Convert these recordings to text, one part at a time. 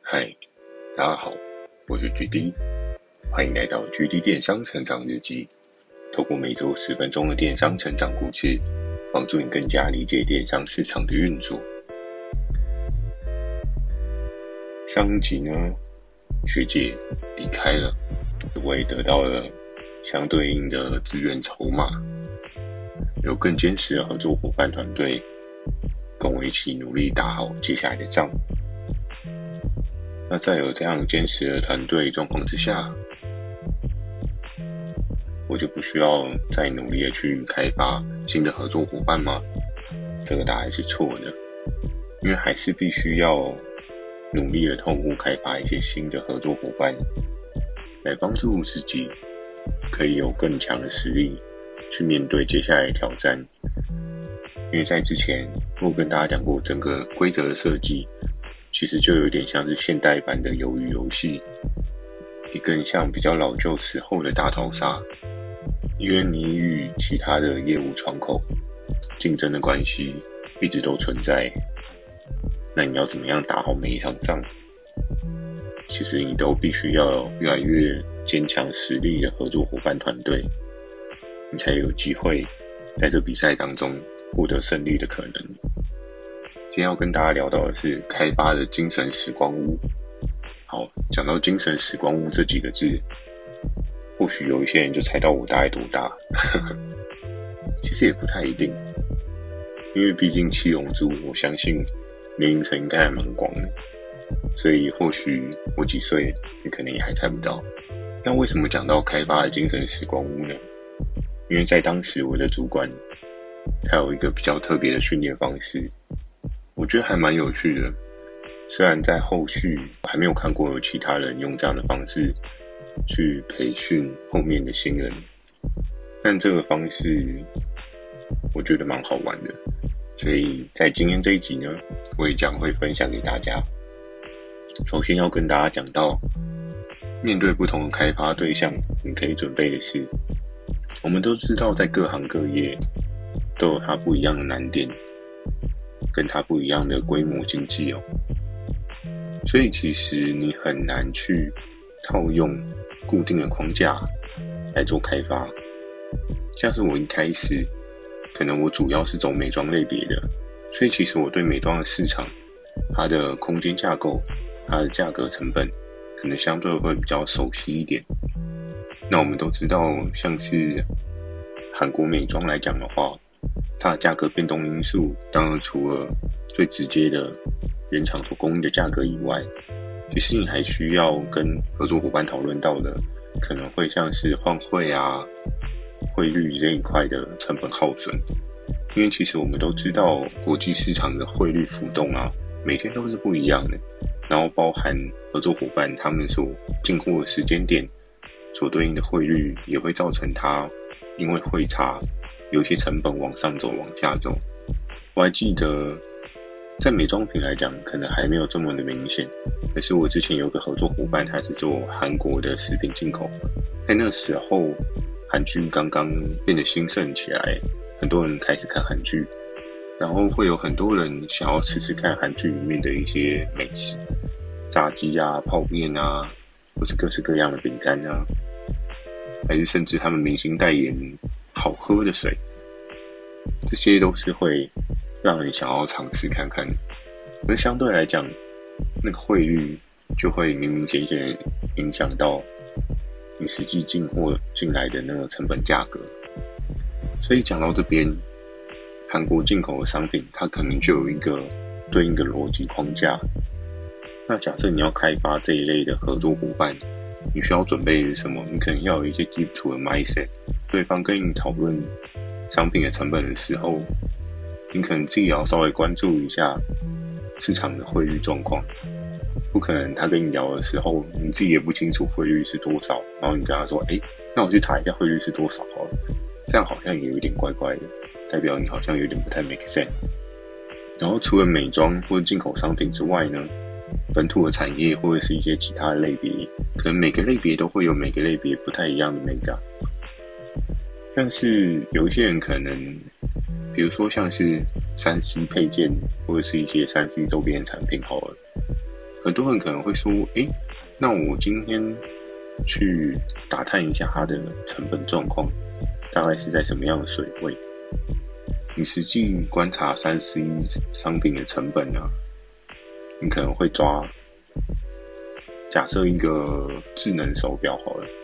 嗨，大家好，我是 GD， 欢迎来到 GD 电商成长日记。透过每周10分钟的电商成长故事，帮助你更加理解电商市场的运作。上一集呢，学姐离开了，我也得到了相对应的资源筹码，有更坚实的合作伙伴团队，跟我一起努力打好接下来的仗。那在有这样坚实的团队状况之下，我就不需要再努力的去开发新的合作伙伴吗？这个答案是错的，因为还是必须要努力的透过开发一些新的合作伙伴，来帮助自己可以有更强的实力去面对接下来的挑战。因为在之前我跟大家讲过，整个规则的设计其实就有点像是现代版的鱿鱼游戏，也更像比较老旧时候的大逃杀。因为你与其他的业务窗口竞争的关系一直都存在，那你要怎么样打好每一场仗？其实你都必须要有越来越坚强实力的合作伙伴团队，你才有机会在这比赛当中获得胜利的可能。今天要跟大家聊到的是开发的精神时光屋。好，讲到精神时光屋这几个字，或许有一些人就猜到我大概多大其实也不太一定，因为毕竟七龙珠我相信年龄层应该还蛮广的，所以或许我几岁你可能也还猜不到。那为什么讲到开发的精神时光屋呢？因为在当时我的主管他有一个比较特别的训练方式，我觉得还蛮有趣的。虽然在后续我还没有看过有其他人用这样的方式去培训后面的新人，但这个方式我觉得蛮好玩的，所以在今天这一集呢，我也将会分享给大家。首先要跟大家讲到，面对不同的开发对象，你可以准备的是，我们都知道在各行各业都有它不一样的难点，跟它不一样的规模经济哦。所以其实你很难去套用固定的框架来做开发。像是我一开始，可能我主要是走美妆类别的，所以其实我对美妆的市场，它的空间架构，它的价格成本，可能相对会比较熟悉一点。那我们都知道，像是韩国美妆来讲的话，它的价格变动因素，当然除了最直接的原厂所供应的价格以外，其实你还需要跟合作伙伴讨论到的，可能会像是换汇啊、汇率这一块的成本耗损。因为其实我们都知道，国际市场的汇率浮动啊，每天都是不一样的，然后包含合作伙伴他们所进货的时间点所对应的汇率，也会造成它因为汇差有一些成本往上走、往下走。我还记得在美妆品来讲，可能还没有这么的明显。可是我之前有个合作伙伴，他是做韩国的食品进口，在那时候韩剧刚刚变得兴盛起来，很多人开始看韩剧，然后会有很多人想要试试看韩剧里面的一些美食，炸鸡啊、泡面啊，或是各式各样的饼干啊，还是甚至他们明星代言好喝的水，这些都是会让人想要尝试看看。而相对来讲，那个汇率就会明明显显影响到你实际进货进来的那个成本价格。所以讲到这边，韩国进口的商品它可能就有一个对应的逻辑框架。那假设你要开发这一类的合作伙伴，你需要准备的是什么？你可能要有一些基础的 mindset。对方跟你讨论商品的成本的时候，你可能自己也要稍微关注一下市场的汇率状况。不可能他跟你聊的时候，你自己也不清楚汇率是多少，然后你跟他说，那我去查一下汇率是多少好了。这样好像也有点怪怪的，代表你好像有点不太 make sense。然后除了美妆或者进口商品之外呢，本土的产业或者是一些其他的类别，可能每个类别都会有每个类别不太一样的 mega。像是有一些人可能，比如说像是3C 配件或者是一些3C周边产品好了， 很多人可能会说，那我今天去打探一下它的成本状况，大概是在什么样的水位？你实际观察3C 商品的成本啊，你可能会抓，假设一个智能手表好了，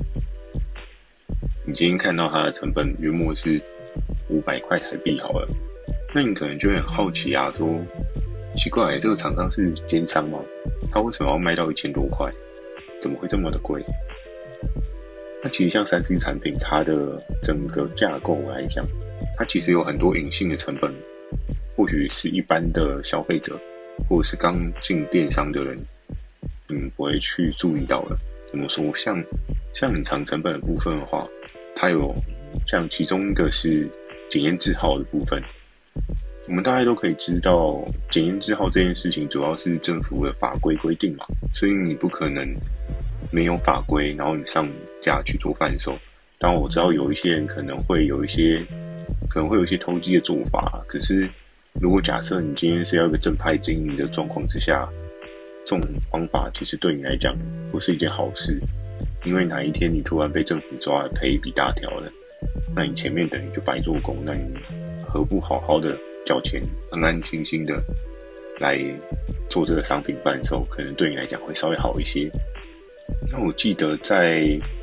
你今天看到它的成本约莫是500块台币好了，那你可能就会很好奇啊，说奇怪，这个厂商是奸商吗？他为什么要卖到1000多块？怎么会这么的贵？那其实像3C 产品，它的整个架构来讲，它其实有很多隐性的成本，或许是一般的消费者，或者是刚进电商的人，不会去注意到的。怎么说？像隐藏成本的部分的话，它有像其中一个是检验字号的部分。我们大家都可以知道，检验字号这件事情主要是政府的法规规定嘛，所以你不可能没有法规，然后你上架去做贩售。当然我知道有一些人可能会有一些投机的做法，可是如果假设你今天是要一个正派经营的状况之下，这种方法其实对你来讲不是一件好事，因为哪一天你突然被政府抓赔一笔大条了，那你前面等于就白做工，那你何不好好的缴钱，安安心心的来做这个商品贩售，可能对你来讲会稍微好一些。那我记得在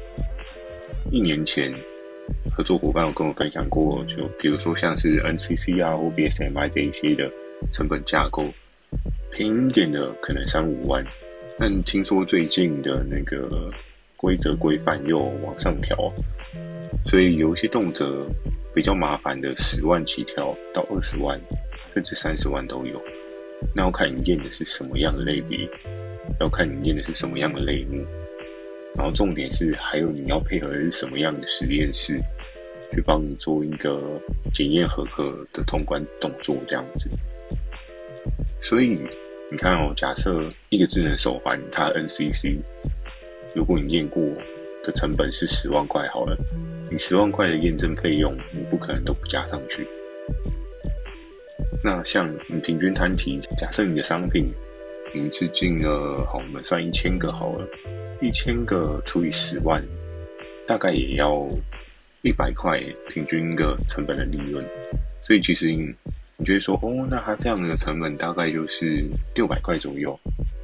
1年前，合作伙伴有跟我分享过，就比如说像是 NCC 啊或 BSMI 这一些的成本架构，便宜一点的可能3-5万，但听说最近的那个规则规范又往上调，所以有一些动辄比较麻烦的10万起跳到20万，甚至30万都有。那要看你验的是什么样的类别，要看你验的是什么样的类目，然后重点是还有你要配合的是什么样的实验室，去帮你做一个检验合格的通关动作这样子。所以你看哦，假设一个智能手环它 NCC， 如果你验过的成本是10万块好了，你10万块的验证费用，你不可能都不加上去。那像你平均摊提，假设你的商品你是进了，好，我们算1000个好了，1000个除以10万，大概也要100块平均一个成本的利润。所以其实你就会说，那它这样的成本大概就是600块左右。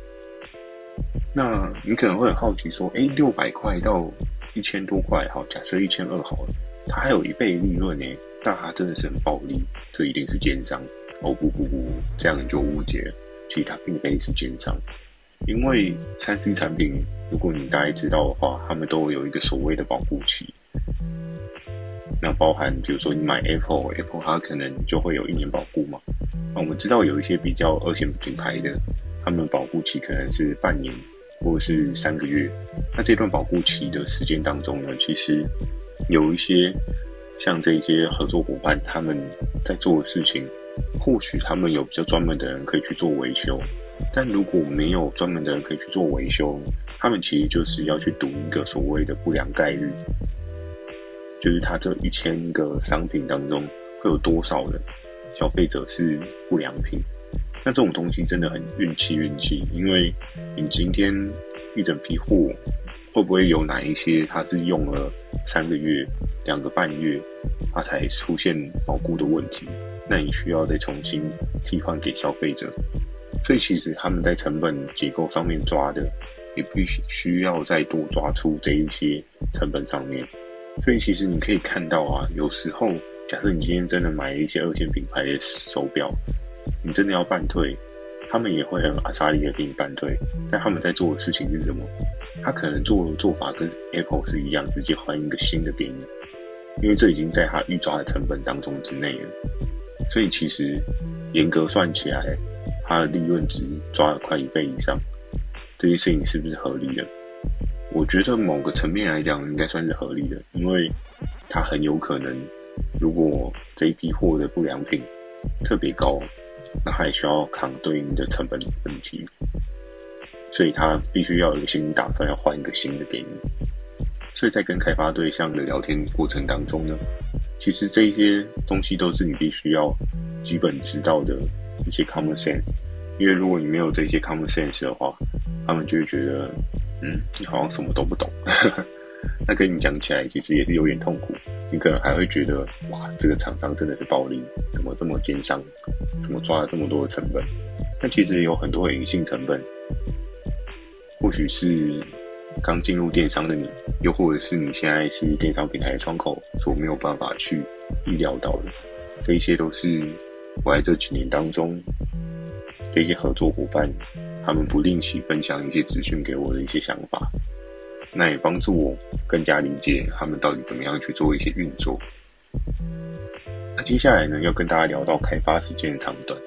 那你可能会很好奇说，600块到1000多块，好，假设1200好了，它还有1倍利润耶，那它真的是很暴利，这一定是奸商。不，这样你就误解了，其实它并非是奸商。因为 3C 产品，如果你大概知道的话，他们都有一个所谓的保护期。那包含比如说你买 Apple 它可能就会有1年保护嘛。我们知道有一些比较二线品牌的，他们保护期可能是半年或者是3个月。那这段保护期的时间当中呢，其实有一些像这些合作伙伴他们在做的事情，或许他们有比较专门的人可以去做维修，但如果没有专门的人可以去做维修，他们其实就是要去赌一个所谓的不良概率，就是他这1000个商品当中会有多少的消费者是不良品。那这种东西真的很运气，因为你今天一整批货会不会有哪一些它是用了3个月、2个半月，它才出现保固的问题，那你需要再重新替换给消费者。所以其实他们在成本结构上面抓的，也必须要再多抓出这一些成本上面。所以其实你可以看到啊，有时候假设你今天真的买了一些二线品牌的手表，你真的要办退，他们也会很阿莎利的给你办退，但他们在做的事情是什么？他可能做法跟 Apple 是一样，直接换一个新的给你，因为这已经在他预抓的成本当中之内了。所以其实严格算起来，它的利润值抓了快1倍以上，这些事情是不是合理的？我觉得某个层面来讲应该算是合理的，因为它很有可能，如果这一批货的不良品特别高，那它也需要扛对应的成本问题，所以它必须要有一个新打算，要换一个新的给你。所以在跟开发对象的聊天过程当中呢，其实这一些东西都是你必须要基本知道的一些 common sense， 因为如果你没有这些 common sense 的话，他们就会觉得，你好像什么都不懂。那跟你讲起来，其实也是有点痛苦。你可能还会觉得，哇，这个厂商真的是暴利，怎么这么奸商，怎么抓了这么多的成本？那其实有很多的隐性成本，或许是刚进入电商的你，又或者是你现在是电商平台的窗口所没有办法去意料到的。这一些都是我在这几年当中，这些合作伙伴他们不吝惜分享一些资讯给我的一些想法，那也帮助我更加理解他们到底怎么样去做一些运作。那接下来呢，要跟大家聊到开发时间的长短。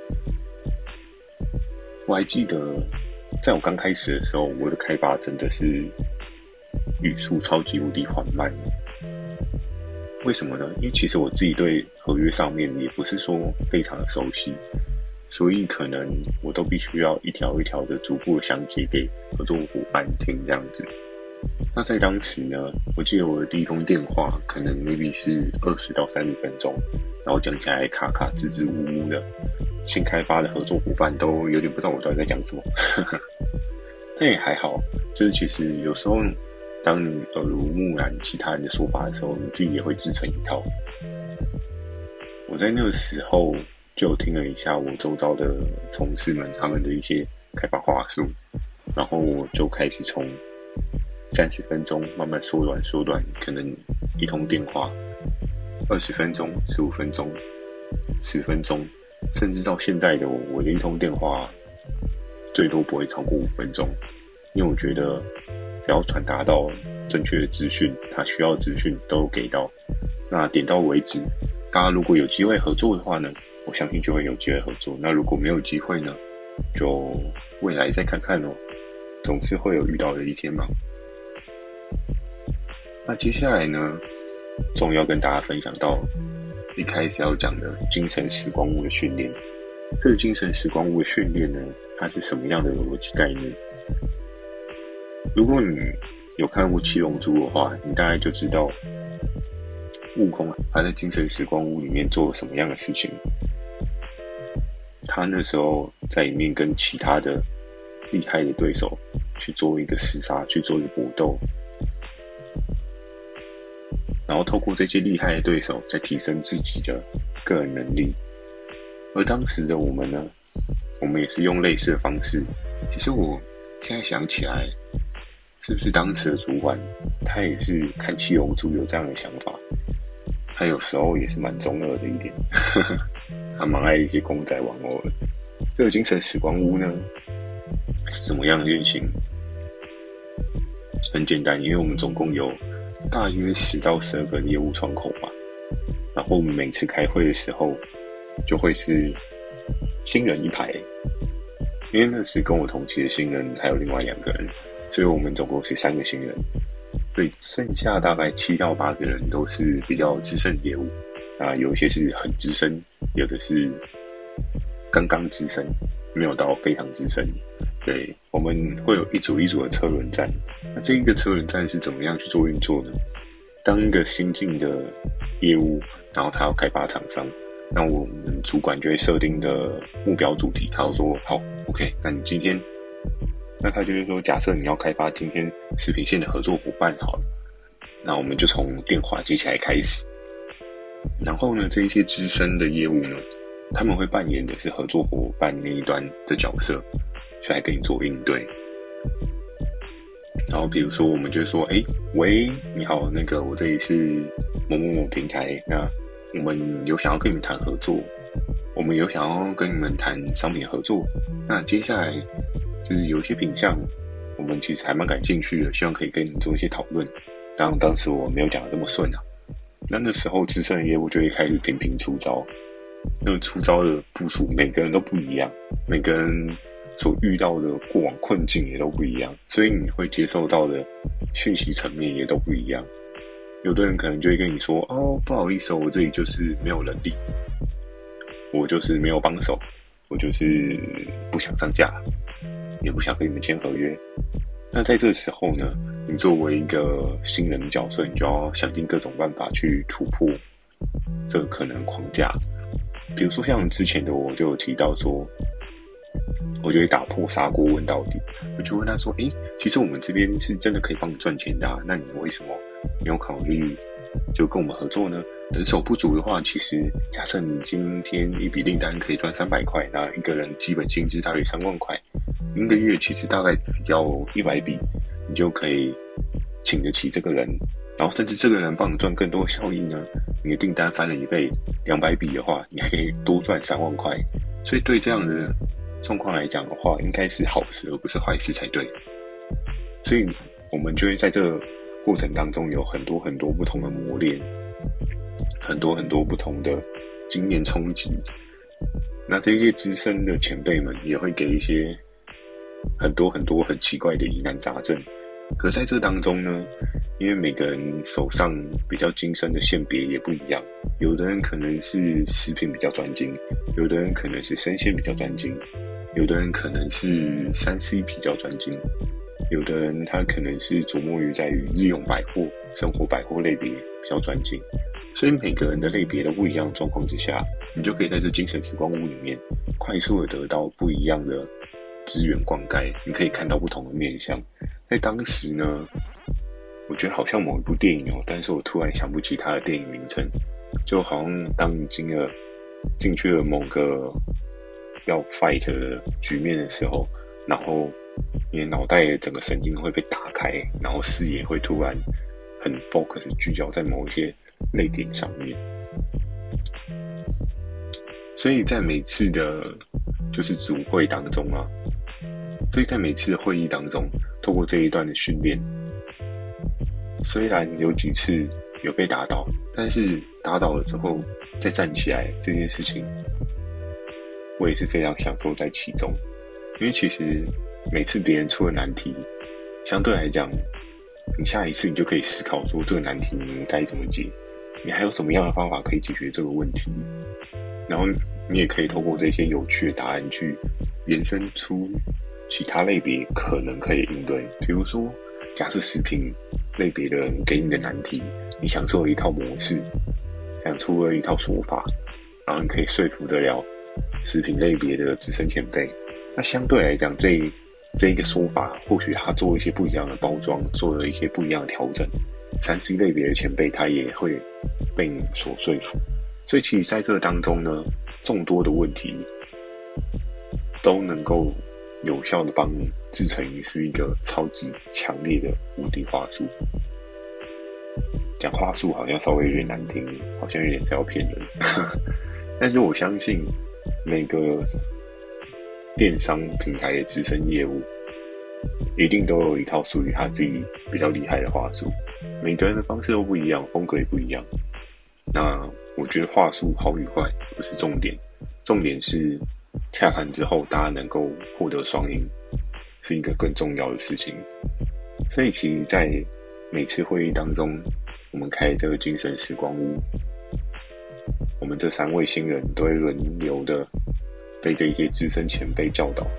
我还记得在我刚开始的时候，我的开发真的是语速超级无敌缓慢。为什么呢？因为其实我自己对合约上面也不是说非常的熟悉，所以可能我都必须要一条一条的逐步的详解给合作伙伴听这样子。那在当时呢，我记得我的第一通电话可能 maybe 是20到30分钟，然后讲起来卡卡支支吾吾的，新开发的合作伙伴都有点不知道我到底在讲什么。但也还好，就是其实有时候当你耳濡目染其他人的说法的时候，你自己也会自成一套。我在那个时候就听了一下我周遭的同事们他们的一些开发话术，然后我就开始从30分钟慢慢缩短，可能一通电话20分钟、15分钟、10分钟，甚至到现在的我的一通电话最多不会超过5分钟，因为我觉得只要传达到正确的资讯，他需要的资讯都给到，那点到为止。大家如果有机会合作的话呢，我相信就会有机会合作。那如果没有机会呢，就未来再看看咯，总是会有遇到的一天嘛。那接下来呢，终于要跟大家分享到一开始要讲的精神时光屋的训练。这个精神时光屋的训练呢，它是什么样的逻辑概念？如果你有看过七龙珠的话，你大概就知道悟空他在精神时光屋里面做了什么样的事情。他那时候在里面跟其他的厉害的对手去做一个厮杀，去做一个搏斗，然后透过这些厉害的对手再提升自己的个人能力。而当时的我们呢，我们也是用类似的方式。其实我现在想起来，是不是当时的主管他也是看七龙珠有这样的想法？他有时候也是蛮中二的一点，他蛮爱一些公仔玩偶的。这个精神时光屋呢，是怎么样的运行？很简单，因为我们总共有大约10到12个业务窗口吧，然后我们每次开会的时候，就会是新人一排，因为那是跟我同期的新人，还有另外2个人，所以我们总共是3个新人，所以剩下大概7到8个人都是比较资深的业务啊，有一些是很资深，有的是刚刚资深，没有到非常资深。对，我们会有一组一组的车轮战。那这一个车轮战是怎么样去做运作呢？当一个新进的业务，然后他要开发厂商，那我们主管就会设定的目标主题，他要说好 ，OK， 那你今天，那他就会说，假设你要开发今天食品线的合作伙伴好了，那我们就从电话接起来开始。然后呢，这一些资深的业务呢，他们会扮演的是合作伙伴那一端的角色，去来跟你做应对。然后比如说我们就说，喂，你好，那个我这里是某某某平台，那我们有想要跟你们谈合作，我们有想要跟你们谈商品合作，那接下来就是有一些品项我们其实还蛮感兴趣的，希望可以跟你们做一些讨论。当时我没有讲得这么顺啊，那时候资深的业务就会开始频频出招。那个出招的部署每个人都不一样，每个人所遇到的过往困境也都不一样，所以你会接受到的讯息层面也都不一样。有的人可能就会跟你说，不好意思我这里就是没有人力，我就是没有帮手，我就是不想上架，也不想跟你们签合约。那在这时候呢，你作为一个新人的角色，你就要想尽各种办法去突破这个可能框架。比如说像之前的我就有提到说， 我就会打破砂锅问到底，我就问他说：其实我们这边是真的可以帮你赚钱的那你为什么没有考虑就跟我们合作呢？人手不足的话，其实假设你今天一笔订单可以赚300块，那一个人基本薪资大约3万块，一个月其实大概只要100笔，你就可以请得起这个人，然后甚至这个人帮你赚更多效益呢。你的订单翻了1倍，200笔的话，你还可以多赚3万块。所以对这样的状况来讲的话，应该是好事而不是坏事才对。所以我们就会在这个过程当中有很多很多不同的磨练，很多很多不同的经验冲击。那这些资深的前辈们也会给一些很多很多很奇怪的疑难杂症。可是在这当中呢，因为每个人手上比较精深的线别也不一样，有的人可能是食品比较专精，有的人可能是生鲜比较专精，有的人可能是3C 比较专精，有的人他可能是琢磨于在于日用百货、生活百货类别比较专精。所以每个人的类别都不一样的状况之下，你就可以在这精神时光屋里面快速的得到不一样的资源灌溉，你可以看到不同的面向。在当时呢，我觉得好像某一部电影但是我突然想不起它的电影名称，就好像当你进去了某个要 fight 的局面的时候，然后你的脑袋整个神经会被打开，然后视野会突然很 focus 聚焦在某一些类点上面。所以在每次的就是组会当中所以在每次的会议当中，透过这一段的训练，虽然有几次有被打倒，但是打倒了之后再站起来这件事情，我也是非常享受在其中。因为其实每次别人出了难题，相对来讲，你下一次你就可以思考说这个难题你该怎么解，你还有什么样的方法可以解决这个问题，然后你也可以透过这些有趣的答案去延伸出其他类别可能可以应对。比如说假设食品类别的人给你的难题，你想出了一套模式，想出了一套说法，然后你可以说服得了食品类别的资深前辈，那相对来讲这一个说法或许他做一些不一样的包装，做了一些不一样的调整，3C 类别的前辈他也会被你所说服。所以其实在这当中呢，众多的问题都能够有效的帮你制成是一个超级强烈的无敌话术。讲话术好像稍微有点难听，好像有点是要骗人但是我相信每个电商平台的资深业务一定都有一套属于他自己比较厉害的话术，每个人的方式都不一样，风格也不一样。那我觉得话术好与坏不是重点，重点是洽谈之后大家能够获得双赢，是一个更重要的事情。所以其实在每次会议当中，我们开这个精神时光屋，我们这3位新人都会轮流的被这些资深前辈教导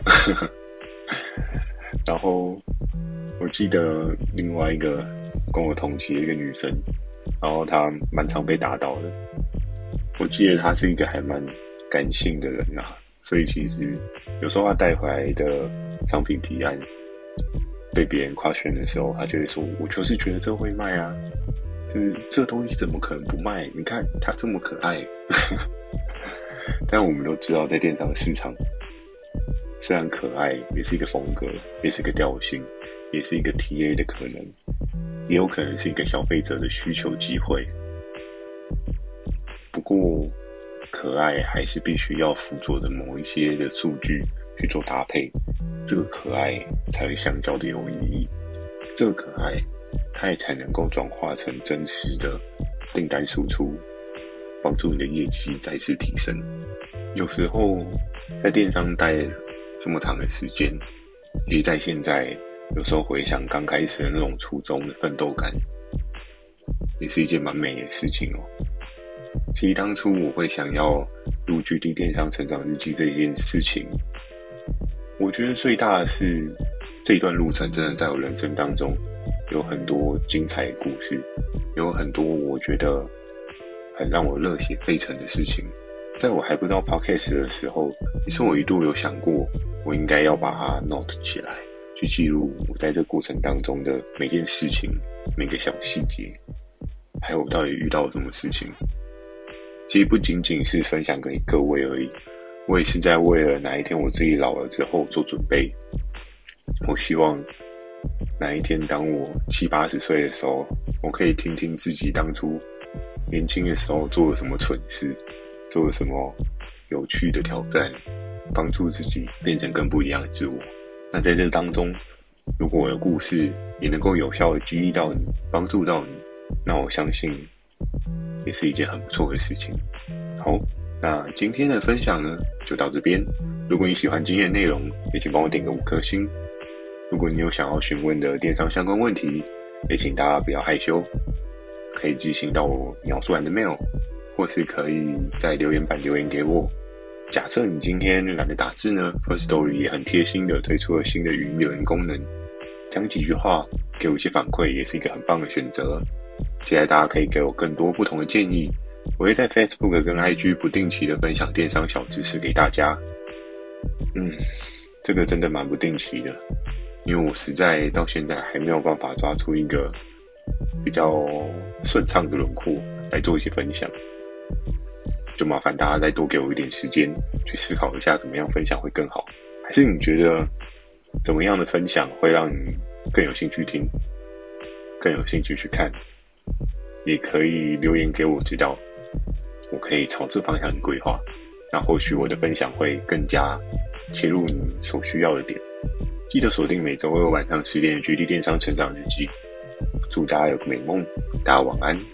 然后我记得另外一个跟我同期的一个女生，然后她蛮常被打倒的，我记得她是一个还蛮感性的人所以其实有时候她带回来的商品提案被别人夸选的时候，她就会说我就是觉得这会卖就是这东西怎么可能不卖，你看它这么可爱但我们都知道在电商市场，虽然可爱也是一个风格，也是一个调性，也是一个 TA 的可能，也有可能是一个消费者的需求机会。不过可爱还是必须要辅佐的某一些的数据去做搭配，这个可爱才会相较的有意义，这个可爱它也才能够转化成真实的订单输出，帮助你的业绩再次提升。有时候在电商待这么长的时间，其实在现在有时候回想刚开始的那种初衷的奋斗感，也是一件蛮美的事情其实当初我会想要录《GD电商成长日记》这件事情，我觉得最大的是这一段路程真的在我人生当中有很多精彩的故事，有很多我觉得很让我热血沸腾的事情。在我还不到 Podcast 的时候，其实我一度有想过我应该要把它 note 起来，去记录我在这过程当中的每件事情、每个小细节，还有我到底遇到了什么事情。其实不仅仅是分享给各位而已，我也是在为了哪一天我自己老了之后做准备。我希望哪一天当我70、80岁的时候，我可以听听自己当初年轻的时候做了什么蠢事，做了什么有趣的挑战，帮助自己变成更不一样的自我。那在这当中，如果我的故事也能够有效的激励到你，帮助到你，那我相信也是一件很不错的事情。好，那今天的分享呢就到这边。如果你喜欢今天的内容，也请帮我点个5颗星。如果你有想要询问的电商相关问题，也请大家不要害羞，可以寄信到我描述栏的 mail， 或是可以在留言板留言给我。假设你今天懒得打字呢， Firstory 也很贴心的推出了新的语音留言功能，讲几句话给我一些反馈，也是一个很棒的选择。期待大家可以给我更多不同的建议，我会在 Facebook 跟 IG 不定期的分享电商小知识给大家。这个真的蛮不定期的，因为我实在到现在还没有办法抓出一个比较顺畅的轮廓来做一些分享，就麻烦大家再多给我一点时间去思考一下怎么样分享会更好，还是你觉得怎么样的分享会让你更有兴趣听，更有兴趣去看，也可以留言给我知道，我可以朝这方向规划，那或许我的分享会更加切入你所需要的点。记得锁定每周2晚上10点的GD电商成长日记。祝大家有个美梦，大家晚安。